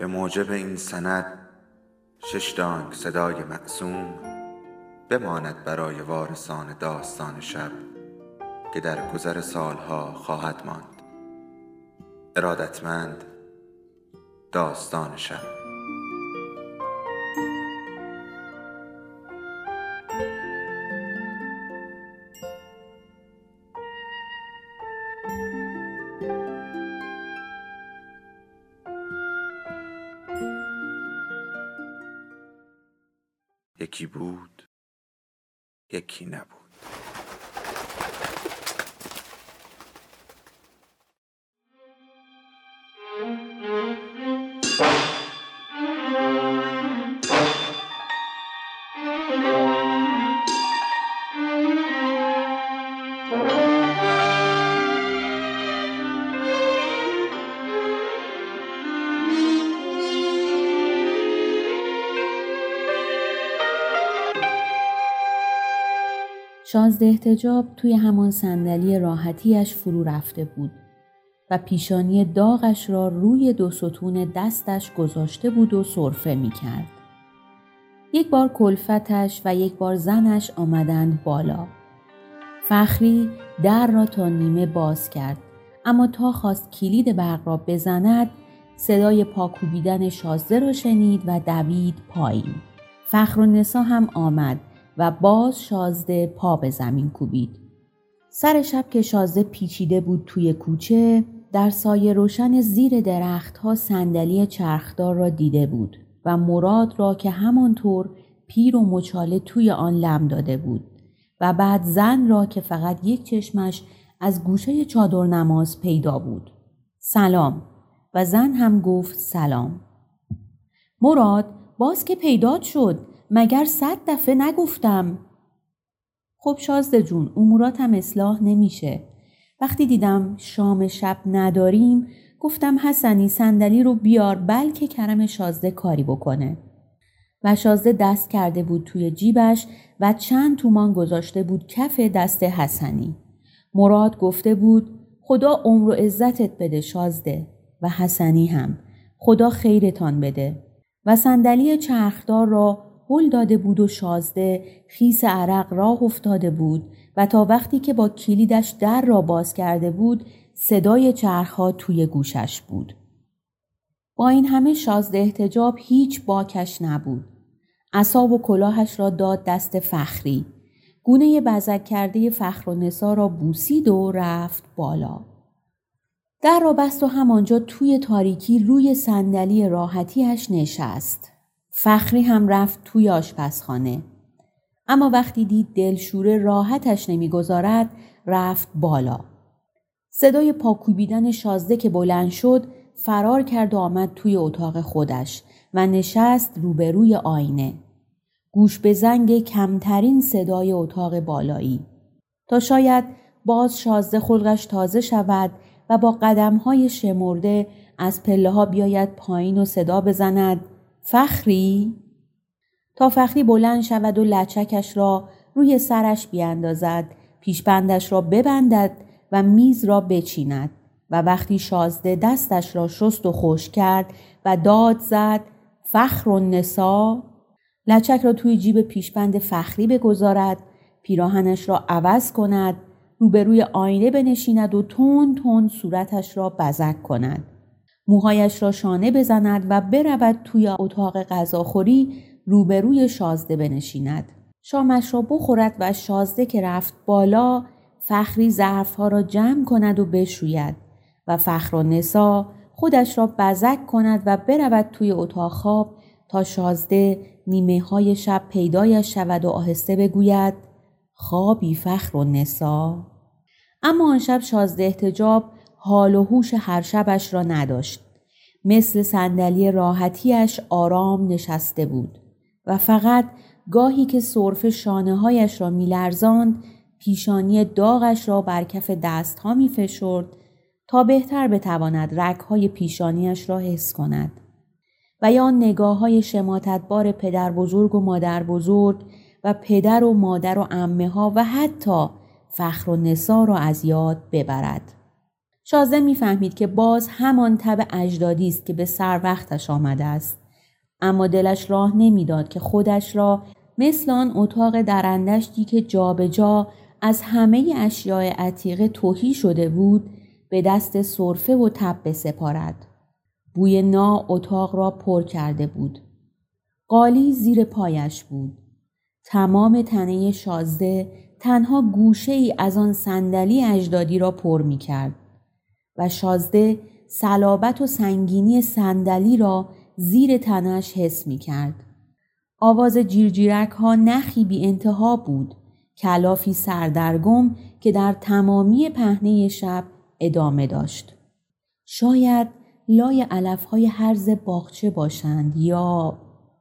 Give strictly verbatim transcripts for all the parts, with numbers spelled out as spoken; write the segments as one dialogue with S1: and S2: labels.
S1: به موجب این سند شش دانگ صدای معصوم بماند برای وارثان داستان شب که در گذر سالها خواهد ماند. ارادتمند، داستان شب. یکی بود، یکی نبود.
S2: شازده احتجاب توی همان صندلی راحتیش فرو رفته بود و پیشانی داغش را روی دو ستون دستش گذاشته بود و سرفه می کرد. یک بار کلفتش و یک بار زنش آمدند بالا. فخری در را تا نیمه باز کرد، اما تا خواست کلید برق را بزند صدای پا کوبیدن شازده را شنید و دوید پایین. فخرالنسا هم آمد و باز شازده پا به زمین کوبید. سر شب که شازده پیچیده بود توی کوچه، در سایه روشن زیر درختها صندلی چرخدار را دیده بود و مراد را که همانطور پیر و مچاله توی آن لم داده بود و بعد زن را که فقط یک چشمش از گوشه چادر نماز پیدا بود. سلام. و زن هم گفت سلام. مراد باز که پیدات شد، مگر صد دفعه نگفتم؟ خب شازده جون، اموراتم اصلاح نمیشه. وقتی دیدم شام شب نداریم گفتم حسنی صندلی رو بیار بلکه کرم شازده کاری بکنه. و شازده دست کرده بود توی جیبش و چند تومان گذاشته بود کف دست حسنی. مراد گفته بود خدا عمر و عزتت بده شازده، و حسنی هم خدا خیرتان بده. و صندلی چرخدار را هل داده بود و شازده خیس عرق راه افتاده بود و تا وقتی که با کلیدش در را باز کرده بود صدای چرخها توی گوشش بود. با این همه شازده احتجاب هیچ باکش نبود. عصا و کلاهش را داد دست فخری. گونه بزک کرده فخرالنسا را بوسید و رفت بالا. در را بست و همانجا توی تاریکی روی صندلی راحتیش نشست. فخری هم رفت توی آشپزخانه. اما وقتی دید دلشوره راحتش نمیگذارد رفت بالا. صدای پاکوبیدن شازده که بلند شد فرار کرد و آمد توی اتاق خودش و نشست روبروی آینه. گوش به زنگ کمترین صدای اتاق بالایی تا شاید باز شازده خلقش تازه شود و با قدم‌های شمرده از پله ها بیاید پایین و صدا بزند فخری؟ تا فخری بلند شود و لچکش را روی سرش بیاندازد، پیشبندش را ببندد و میز را بچیند و وقتی شازده دستش را شست و خشک کرد و داد زد فخرالنسا، لچک را توی جیب پیشبند فخری بگذارد، پیراهنش را عوض کند، روبروی آینه بنشیند و تون تون صورتش را بزک کند. موهایش را شانه بزند و برود توی اتاق غذاخوری روبروی شازده بنشیند. شامش را بخورد و شازده که رفت بالا فخری ظرفها را جمع کند و بشوید و فخرالنسا خودش را بزک کند و برود توی اتاق خواب تا شازده نیمه های شب پیدایش شود و آهسته بگوید خوابی فخرالنسا. اما آن شب شازده احتجاب حال و هوش هر شبش را نداشت. مثل صندلی راحتیش آرام نشسته بود و فقط گاهی که سرفه شانه هایش را می لرزاند پیشانی داغش را بر کف دست ها می فشرد تا بهتر بتواند رگ های پیشانیش را حس کند و یا نگاه های شماتتبار پدر بزرگ و مادر بزرگ و پدر و مادر و عمه ها و حتی فخرالنسا را از یاد ببرد. شازده میفهمید که باز همان تب اجدادی است که به سر وقتش آمده است. اما دلش راه نمیداد که خودش را مثل آن اتاق درندشتی که جا به جا از همه اشیاء عتیقه تهی شده بود به دست سرفه و تب بسپارد. بوی نا اتاق را پر کرده بود. قالی زیر پایش بود. تمام تنه شازده تنها گوشه ای از آن صندلی اجدادی را پر می کرد و شازده صلابت و سنگینی صندلی را زیر تنش حس می کرد. آواز جیرجیرک ها نخی بی انتها بود، کلافی سردرگم که در تمامی پهنه شب ادامه داشت. شاید لای علفهای هرز باغچه باشند یا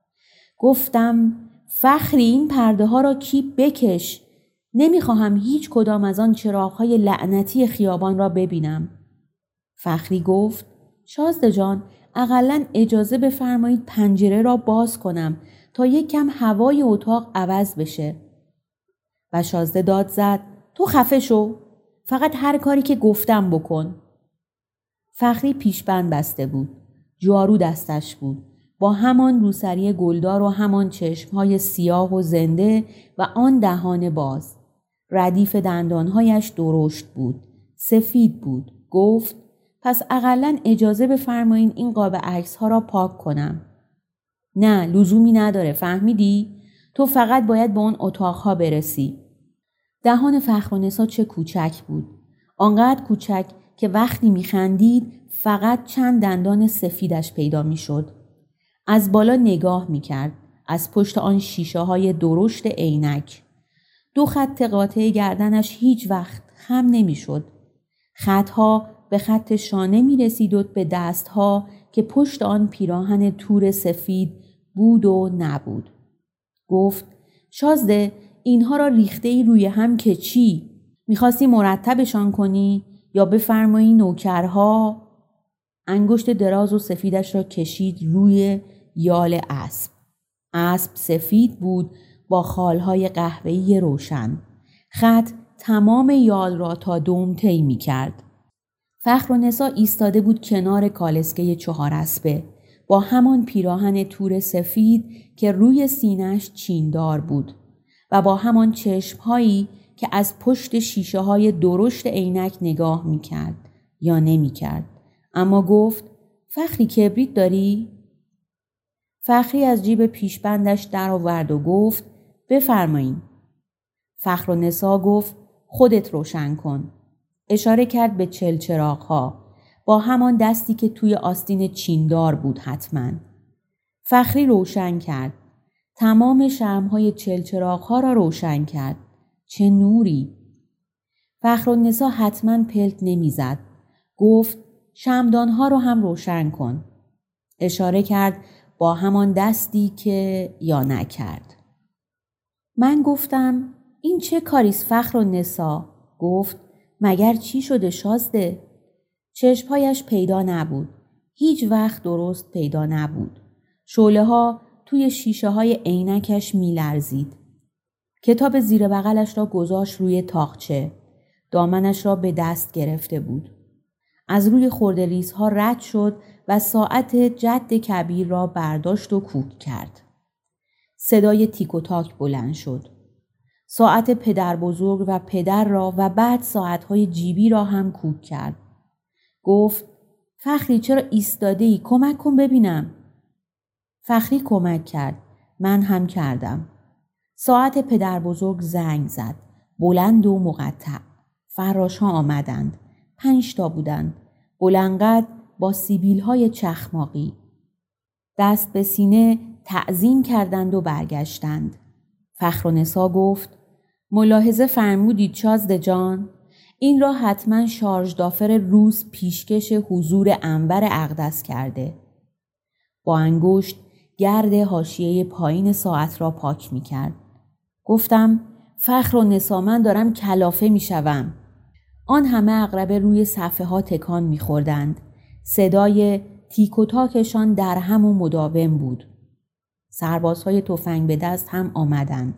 S2: گفتم فخری این پرده ها را کیپ بکش. نمیخواهم هیچ کدام از آن چراغهای لعنتی خیابان را ببینم. فخری گفت شازده جان اقلن اجازه بفرمایید پنجره را باز کنم تا یک کم هوای اتاق عوض بشه. و شازده داد زد تو خفه شو. فقط هر کاری که گفتم بکن. فخری پیشبند بسته بود. جارو دستش بود. با همان روسری گلدار و همان چشمهای سیاه و زنده و آن دهان باز. ردیف دندانهایش درشت بود. سفید بود. گفت پس اقلن اجازه بفرمایین این قاب عکس ها را پاک کنم. نه لزومی نداره فهمیدی؟ تو فقط باید به اون اتاقها برسی. دهان فخرالنسا چه کوچک بود. آنقدر کوچک که وقتی میخندید فقط چند دندان سفیدش پیدا میشد. از بالا نگاه میکرد. از پشت آن شیشه های درشت عینک. دو خط قاطع گردنش هیچ وقت خم نمیشد. خطها به خط شانه میرسید و به دستها که پشت آن پیراهن تور سفید بود و نبود. گفت شازده اینها را ریخته ای روی هم که چی؟ میخواستی مرتبشان کنی یا بفرمایی نوکرها؟ انگشت دراز و سفیدش را کشید روی یال اسب. اسب سفید بود با خالهای قهوه‌ای روشن. خط تمام یال را تا دوم طی می‌کرد. فخرالنسا ایستاده بود کنار کالسکه چهار اسبه با همان پیراهن تور سفید که روی سینه‌اش چیندار بود و با همان چشمهایی که از پشت شیشه های درشت عینک نگاه می‌کرد یا نمی‌کرد. اما گفت فخری کبریت داری؟ فخری از جیب پیشبندش در آورد و گفت بفرمایین. فخرالنسا گفت خودت روشن کن. اشاره کرد به چلچراغ‌ها با همان دستی که توی آستین چیندار بود حتما. فخری روشن کرد. تمام شمع‌های چلچراغ‌ها را روشن کرد. چه نوری! فخرالنسا حتما پلت نمیزد. گفت شمعدان‌ها رو هم روشن کن. اشاره کرد با همان دستی که یا نکرد. من گفتم این چه کاریست فخرالنسا؟ گفت مگر چی شده شازده؟ چشمهایش پیدا نبود. هیچ وقت درست پیدا نبود. شعله ها توی شیشه های عینکش می لرزید. کتاب زیر بغلش را گذاشت روی تاقچه. دامنش را به دست گرفته بود. از روی خردریزها رد شد و ساعت جد کبیر را برداشت و کوک کرد. صدای تیک و تاک بلند شد. ساعت پدر بزرگ و پدر را و بعد ساعتهای جیبی را هم کوک کرد. گفت فخری چرا ایستاده ای؟ کمک کن ببینم. فخری کمک کرد. من هم کردم. ساعت پدر بزرگ زنگ زد. بلند و مقطع. فراش ها آمدند. پنج تا بودند. بلندقد با سیبیل های چخماقی. دست به سینه تعظیم کردند و برگشتند. فخرالنسا گفت ملاحظه فرمودید شازده جان؟ این را حتما شارژدافر روس پیشکش حضور انور اقدس کرده. با انگشت گرد حاشیه پایین ساعت را پاک می کرد. گفتم فخرالنسا من دارم کلافه می شوم. آن همه عقربه روی صفحه ها تکان می خوردند. صدای تیک و تاکشان در هم و مداوم بود. سربازهای تفنگ به دست هم آمدند.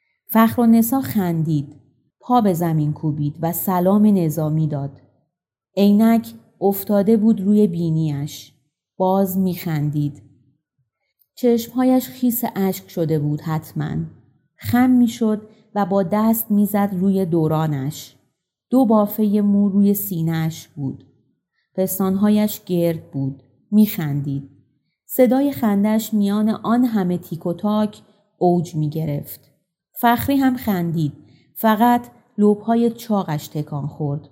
S2: فخرالنسا خندید. پا به زمین کوبید و سلام نظامی داد. عینک افتاده بود روی بینیش. باز میخندید. چشمهایش خیس اشک شده بود حتما. خم میشد و با دست میزد روی دورانش. دو بافه مو روی سینه‌اش بود. پستانهایش گرد بود. میخندید. صدای خندش میان آن همه تیک و تاک اوج میگرفت. فخری هم خندید. فقط لب‌های چاقش تکان خورد.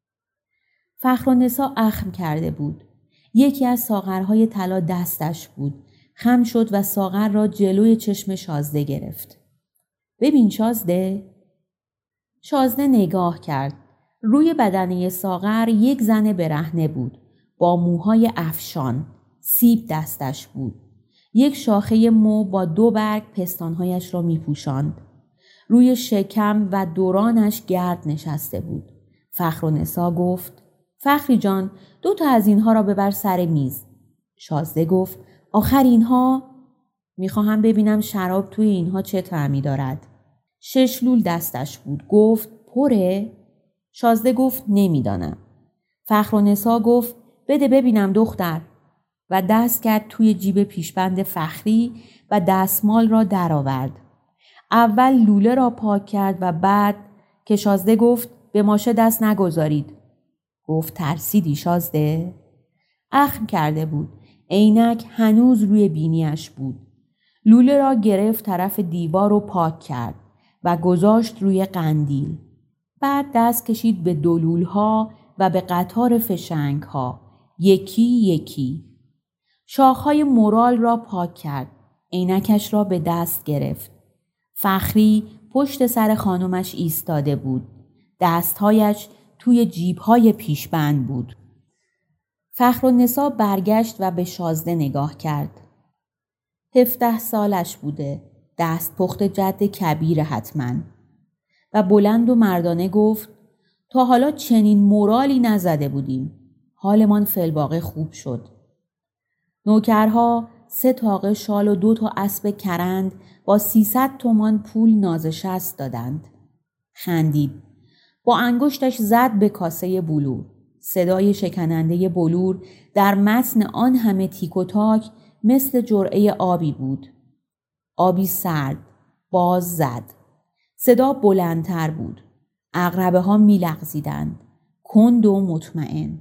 S2: فخرالنساء اخم کرده بود. یکی از ساغرهای طلا دستش بود. خم شد و ساغر را جلوی چشم شازده گرفت. ببین شازده. شازده نگاه کرد. روی بدنه ساغر یک زن برهنه بود. با موهای افشان. سیب دستش بود. یک شاخه مو با دو برگ پستانهایش را می پوشاند. روی شکم و دورانش گرد نشسته بود. فخرالنساء گفت فخری جان دو تا از اینها را ببر سر میز. شازده گفت آخر اینها؟ میخواهم ببینم شراب توی اینها چه طعمی دارد. شش لول دستش بود. گفت پره؟ شازده گفت نمیدانم. فخرالنساء گفت بده ببینم دختر و دست کرد توی جیب پیشبند فخری و دستمال را درآورد. اول لوله را پاک کرد و بعد که شازده گفت به ماشه دست نگذارید. گفت ترسیدی شازده؟ اخم کرده بود. عینک هنوز روی بینیش بود. لوله را گرفت طرف دیوار و پاک کرد و گذاشت روی قندیل. بعد دست کشید به دلولها و به قطار فشنگها. یکی یکی. شاخهای مورال را پاک کرد. عینکش را به دست گرفت. فخری پشت سر خانمش ایستاده بود. دستهایش توی جیبهای پیشبند بود. فخرالنساء برگشت و به شازده نگاه کرد. هفده سالش بوده. دست پخت جد کبیر حتما. و بلند و مردانه گفت تا حالا چنین مورالی نزده بودیم. حالمان فی‌الواقع خوب شد. نوکرها سه تاقه شال و دو تا اسب کرند با سیصد تومان پول نازشست دادند. خندید. با انگشتش زد به کاسه بلور. صدای شکننده بلور در متن آن همه تیک و تاک مثل جرعه آبی بود. آبی سرد. باز زد. صدا بلندتر بود. عقربه ها می لغزیدند. کند و مطمئن.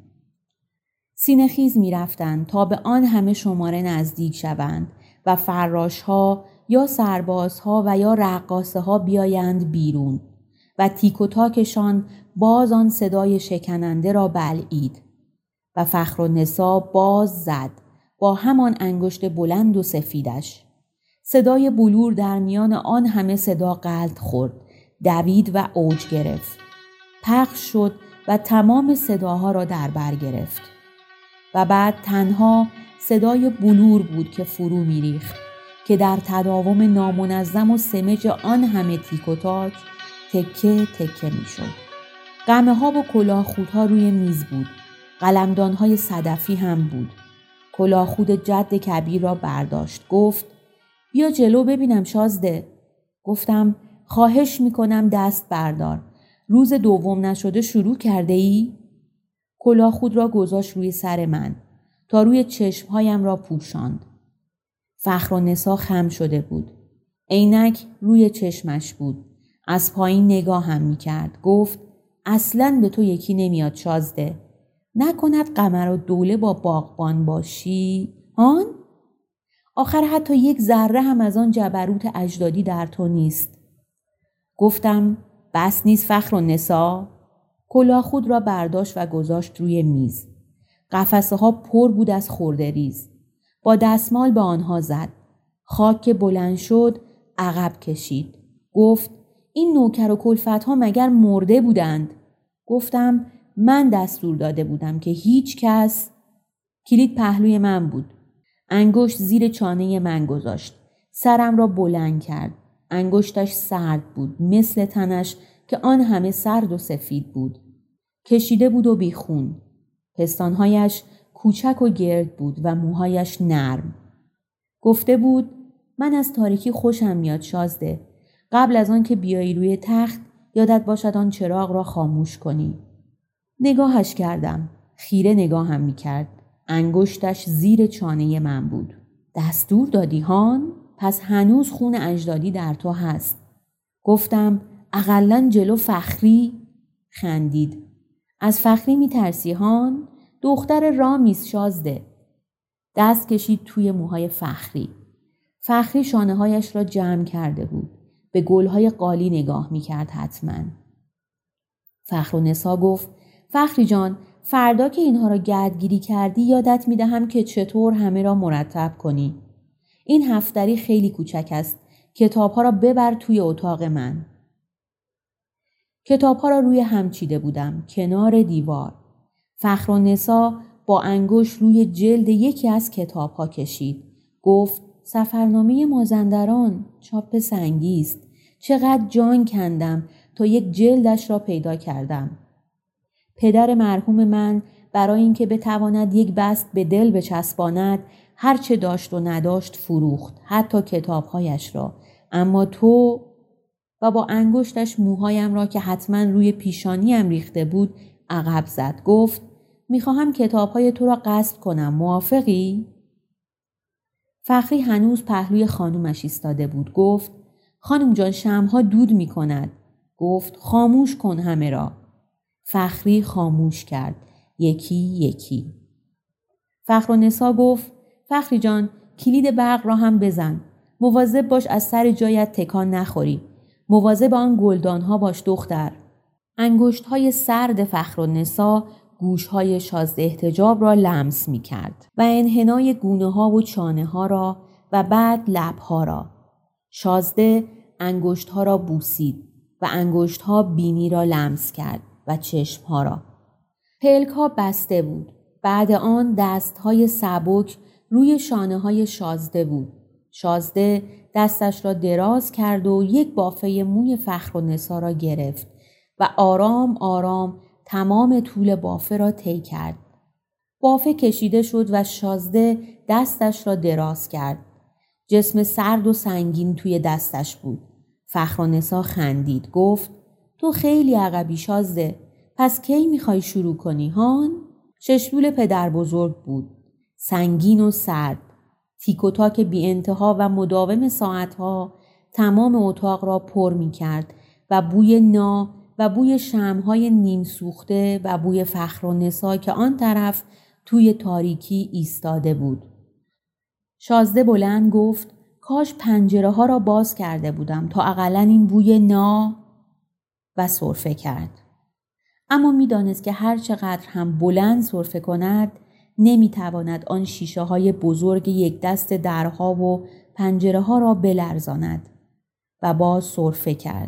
S2: سینه خیز می رفتند تا به آن همه شماره نزدیک شوند و فراش ها یا سرباز ها و یا رقاصه ها بیایند بیرون و تیک و تاکشان باز آن صدای شکننده را بلعید و فخرالنساء باز زد با همان انگشت بلند و سفیدش. صدای بلور در میان آن همه صدا غلط خورد، دوید و اوج گرفت. پخش شد و تمام صداها را در بر گرفت. و بعد تنها صدای بلور بود که فرو می‌ریخت که در تداوم نامنظم و سمج آن همه تیک و تاک تکه تکه می‌شد. قمه ها و کلاهخودها روی میز بود. قلمدان‌های صدفی هم بود. کلاهخود جد کبیر را برداشت. گفت بیا جلو ببینم شازده. گفتم خواهش میکنم دست بردار. روز دوم نشده شروع کرده ای؟ کلاهخود را گذاشت روی سر من تا روی چشمهایم را پوشاند. فخرالنساء خم شده بود. عینک روی چشمش بود. از پایین نگاه هم میکرد. گفت اصلاً به تو یکی نمیاد شازده. نکند قمر و دوله با باغبان باشی؟ هان؟ آخر حتی یک ذره هم از آن جبروت اجدادی در تو نیست. گفتم بس نیست فخرالنساء؟ کلاهخود را برداشت و گذاشت روی میز. قفسه ها پر بود از خرده ریز. با دستمال به آنها زد. خاک که بلند شد عقب کشید. گفت این نوکر و کلفت ها مگر مرده بودند؟ گفتم من دستور داده بودم که هیچ کس. کلید پهلوی من بود. انگشت زیر چانه من گذاشت. سرم را بلند کرد. انگشتش سرد بود مثل تنش که آن همه سرد و سفید بود. کشیده بود و بیخون. پستانهایش کوچک و گرد بود و موهایش نرم. گفته بود من از تاریکی خوشم میاد شازده. قبل از آن که بیایی روی تخت یادت باشد آن چراغ را خاموش کنی. نگاهش کردم. خیره نگاهم میکرد. انگشتش زیر چانه من بود. دستور دادی هان؟ پس هنوز خون اجدادی در تو هست. گفتم اقلن جلو فخری؟ خندید. از فخری میترسی هان؟ دختر رامیز شازده. دست کشید توی موهای فخری. فخری شانه هایش را جمع کرده بود. به گلهای قالی نگاه میکرد حتما. فخرالنسا گفت فخری جان، فردا که اینها را گردگیری کردی یادت میدهم که چطور همه را مرتب کنی. این هفتری خیلی کوچک است. کتابها را ببر توی اتاق من. کتابها را روی هم چیده بودم کنار دیوار. فخرالنسا با انگشت روی جلد یکی از کتابها کشید. گفت سفرنامه مازندران، چاپ سنگی است. چقدر جان کندم تا یک جلدش را پیدا کردم. پدر مرحوم من برای اینکه بتواند یک بست به دل بچسباند هر چه داشت و نداشت فروخت، حتی کتابهایش را. اما تو، و با انگشتش موهایم را که حتما روی پیشانیم ریخته بود عقب زد. گفت میخواهم کتابهای تو را غصب کنم، موافقی؟ فخری هنوز پهلوی خانومش ایستاده بود. گفت خانم جان، شمعها دود میکند. گفت خاموش کن همه را. فخری خاموش کرد. یکی یکی. فخرالنسا گفت فخری جان، کلید برق را هم بزن. مواظب باش از سر جایت تکان نخوری. مواظب آن گلدانها باش دختر. انگشت‌های سرد فخرالنسا گوش‌های شازده احتجاب را لمس می‌کرد و انحنای گونه‌ها و چانه‌ها را و بعد لب‌ها را. شازده انگشت‌ها را بوسید و انگشت‌ها بینی را لمس کرد و چشم‌ها را. پلک‌ها بسته بود. بعد آن دست‌های سبک روی شانه‌های شازده بود. شازده دستش را دراز کرد و یک بافه موی فخرالنسا را گرفت و آرام آرام تمام طول بافه را طی کرد. بافه کشیده شد و شازده دستش را دراز کرد. جسم سرد و سنگین توی دستش بود. فخرالنسا خندید. گفت تو خیلی عقبی شازده. پس کی میخوای شروع کنی هان؟ ششلول پدر بزرگ بود. سنگین و سرد. تیک و تاک بی انتها و مداوم ساعتها تمام اتاق را پر می کرد و بوی نا و بوی شمعهای نیم سوخته و بوی فخرالنسا که آن طرف توی تاریکی ایستاده بود. شازده بلند گفت کاش پنجره ها را باز کرده بودم تا اقلاً این بوی نا، و سرفه کرد. اما می دانست که هر چقدر هم بلند سرفه کند نمی تواند آن شیشه های بزرگ یک دست درها و پنجره ها را بلرزاند و باز سرفه کرد.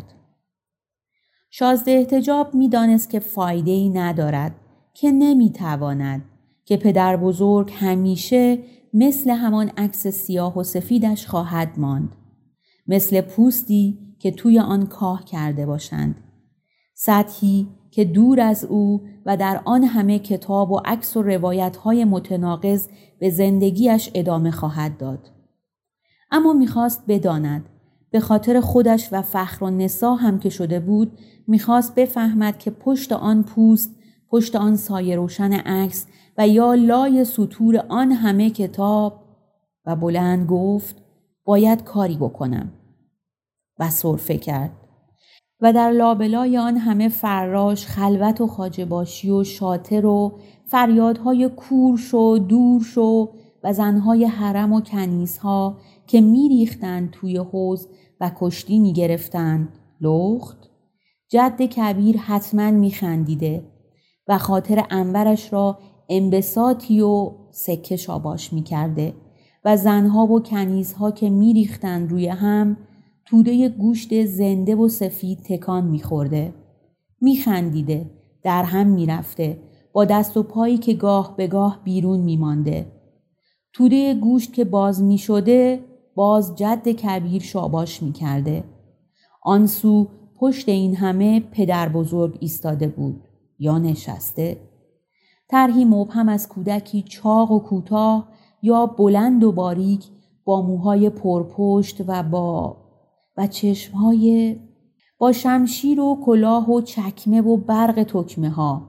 S2: شازده احتجاب می دانست که فایده ای ندارد، که نمی تواند، که پدر بزرگ همیشه مثل همان عکس سیاه و سفیدش خواهد ماند. مثل پوستی که توی آن کاه کرده باشند. سطحی که دور از او و در آن همه کتاب و عکس و روایت‌های متناقض به زندگیش ادامه خواهد داد. اما می‌خواست بداند، به خاطر خودش و فخرالنسا هم که شده بود، می‌خواست بفهمد که پشت آن پوست، پشت آن سایه روشن عکس و یا لای سطور آن همه کتاب، و بلند گفت باید کاری بکنم. و سرفه کرد. و در لابلای آن همه فراش، خلوت و خواجه‌باشی و شاطر و فریادهای کور شو دور شو و زنهای حرم و کنیزها که میریختند توی حوض و کشتی میگرفتند لخت، جد کبیر حتما میخندیده و خاطر انورش را انبساطی و سکه شاباش میکرده و زنها و کنیزها که میریختند روی هم توده گوشت زنده و سفید تکان میخورده. میخندیده، در هم میرفته، با دست و پایی که گاه به گاه بیرون میمانده. توده گوشت که باز میشده، باز جد کبیر شاباش میکرده. آنسو پشت این همه پدر بزرگ ایستاده بود یا نشسته. طرحی مبهم از کودکی چاق و کوتاه یا بلند و باریک با موهای پرپشت و با و چشمهای با شمشیر و کلاه و چکمه و برق تکمه ها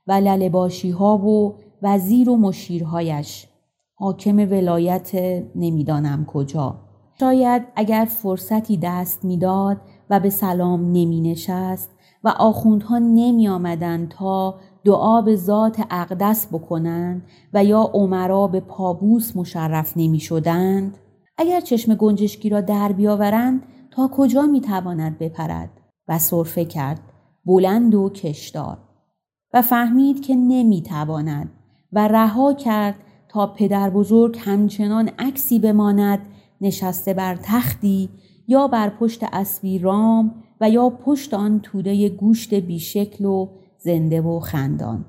S2: و لله‌باشی ها و وزیر و مشیرهایش، حاکم ولایت نمیدانم کجا. شاید اگر فرصتی دست میداد و به سلام نمی نشست و آخوندها نمی آمدند تا دعا به ذات اقدس بکنند و یا امرا به پابوس مشرف نمی شدند، اگر چشم گنجشکی را در بیاورند تا کجا می تواند بپرد؟ و سرفه کرد بلند و کشدار و فهمید که نمی تواند و رها کرد تا پدر بزرگ همچنان عکسی بماند نشسته بر تختی یا بر پشت اسبی رام و یا پشت آن توده گوشت بیشکل و زنده و خندان.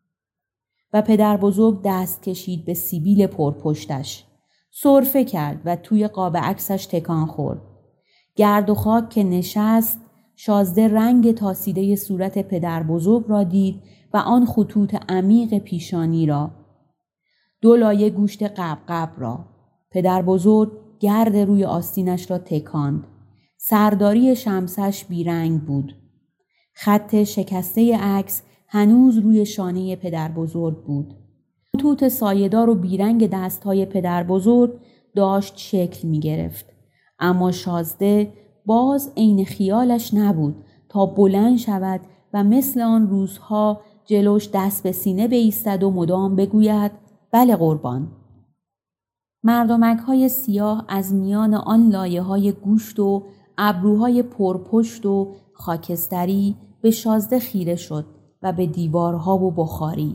S2: و پدر بزرگ دست کشید به سیبیل پرپشتش، سرفه کرد و توی قاب عکسش تکان خورد. گرد و خاک که نشست، شازده رنگ تاسیده صورت پدر بزرگ را دید و آن خطوط عمیق پیشانی را، دو لایه گوشت قبقب را. پدر بزرگ گرد روی آستینش را تکاند. سرداری شمسش بیرنگ بود. خط شکسته عکس هنوز روی شانه پدر بزرگ بود. خطوط سایه‌دار و بیرنگ دستهای پدر بزرگ داشت شکل می گرفت. اما شازده باز عین خیالش نبود تا بلند شود و مثل آن روزها جلوش دست به سینه بایستد و مدام بگوید بله قربان. مردمک های سیاه از میان آن لایه های گوشت و ابروهای پرپشت و خاکستری به شازده خیره شد و به دیوارها و بخاری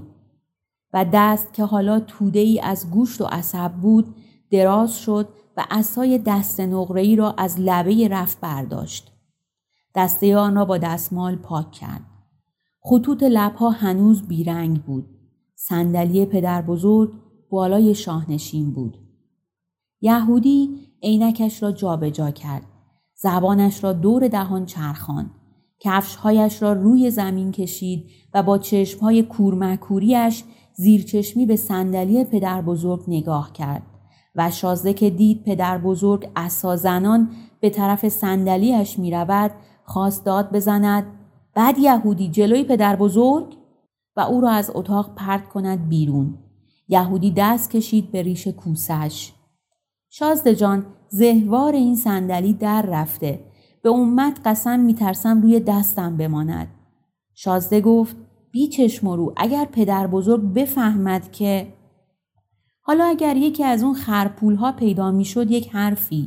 S2: و دست که حالا توده ای از گوشت و عصب بود دراز شد و عصای دست نقره‌ای را از لبه رف برداشت. دسته آن را با دستمال پاک کرد. خطوط لبها هنوز بیرنگ بود. صندلی پدر بزرگ بالای شاهنشین بود. یهودی عینکش را جابجا کرد. زبانش را دور دهان چرخاند. کفشهایش را روی زمین کشید و با چشمهای کورمکوریش زیرچشمی به صندلی پدر بزرگ نگاه کرد و شازده که دید پدر بزرگ عصا زنان به طرف صندلیش می رود خواست داد بزند بعد یهودی جلوی پدر بزرگ و او را از اتاق پرت کند بیرون. یهودی دست کشید به ریش کوسش. شازده جان زهوار این صندلی در رفته. به امت قسم می ترسم روی دستم بماند. شازده گفت بی چشم و رو اگر پدر بزرگ بفهمد که حالا اگر یکی از اون خرپول ها پیدا می شد یک حرفی.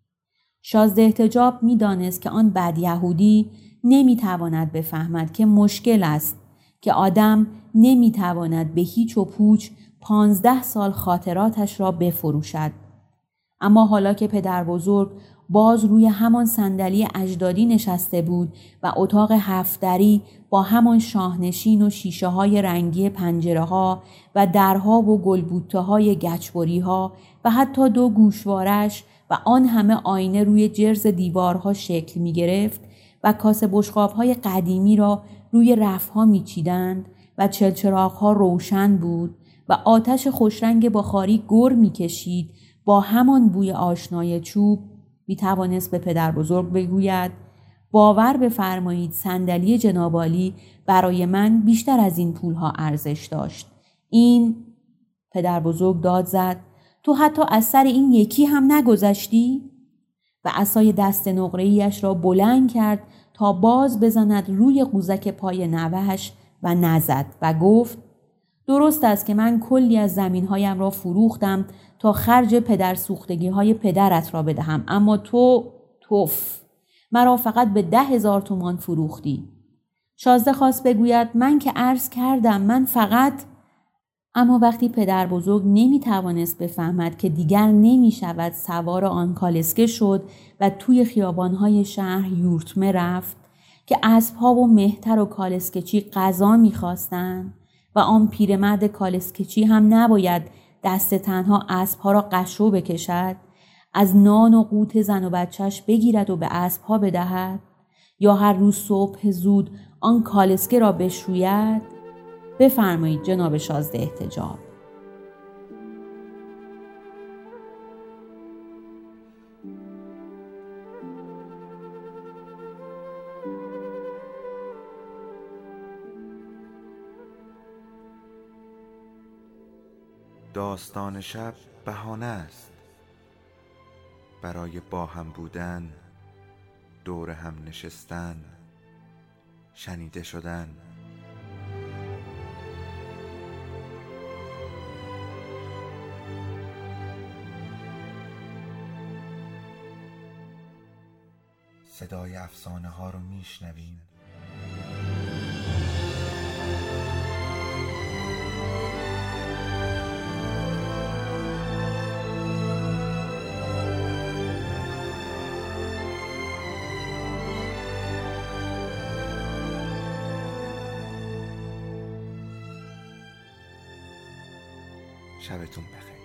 S2: شازده احتجاب می دانست که آن بد یهودی نمی تواند بفهمد که مشکل است که آدم نمی تواند به هیچ و پوچ پانزده سال خاطراتش را بفروشد. اما حالا که پدر بزرگ باز روی همان صندلی اجدادی نشسته بود و اتاق هفت‌دری با همان شاهنشین و شیشه های رنگی پنجره ها و درها و گلبوته های گچبری ها و حتی دو گوشوارش و آن همه آینه روی جرز دیوارها شکل می گرفت و کاسه بشقاب های قدیمی را روی رفها می چیدند و چلچراغ ها روشن بود و آتش خوشرنگ بخاری گر می کشید با همان بوی آشنای چوب، می توانست به پدر بزرگ بگوید باور بفرمایید صندلی جنابالی برای من بیشتر از این پولها ارزش داشت. این پدر بزرگ داد زد تو حتی از سر این یکی هم نگذشتی؟ و عصای دست نقره‌ایش را بلند کرد تا باز بزند روی قوزک پای نوهش و نزد و گفت درست است که من کلی از زمینهایم را فروختم تا خرج پدر سوختگی های پدرت را بدهم، اما تو توف مرا فقط به ده هزار تومان فروختی. شازده خواست بگوید من که عرض کردم من فقط، اما وقتی پدر بزرگ نمی توانست بفهمد که دیگر نمی شود سوار آن کالسکه شد و توی خیابانهای شهر یورتمه رفت که اسبها و مهتر و کالسکچی غذا می خواستند و آن پیرمرد کالسکچی هم نباید دست تنها اسبها را قشو بکشد، از نان و قوت زن و بچهش بگیرد و به اسبها بدهد یا هر روز صبح زود آن کالسکه را بشوید. بفرمایید جناب شازده احتجاب.
S1: داستان شب بهانه است برای با هم بودن، دور هم نشستن، شنیده شدن. صدای افسانه ها رو میشنویم. شبتون بخیر.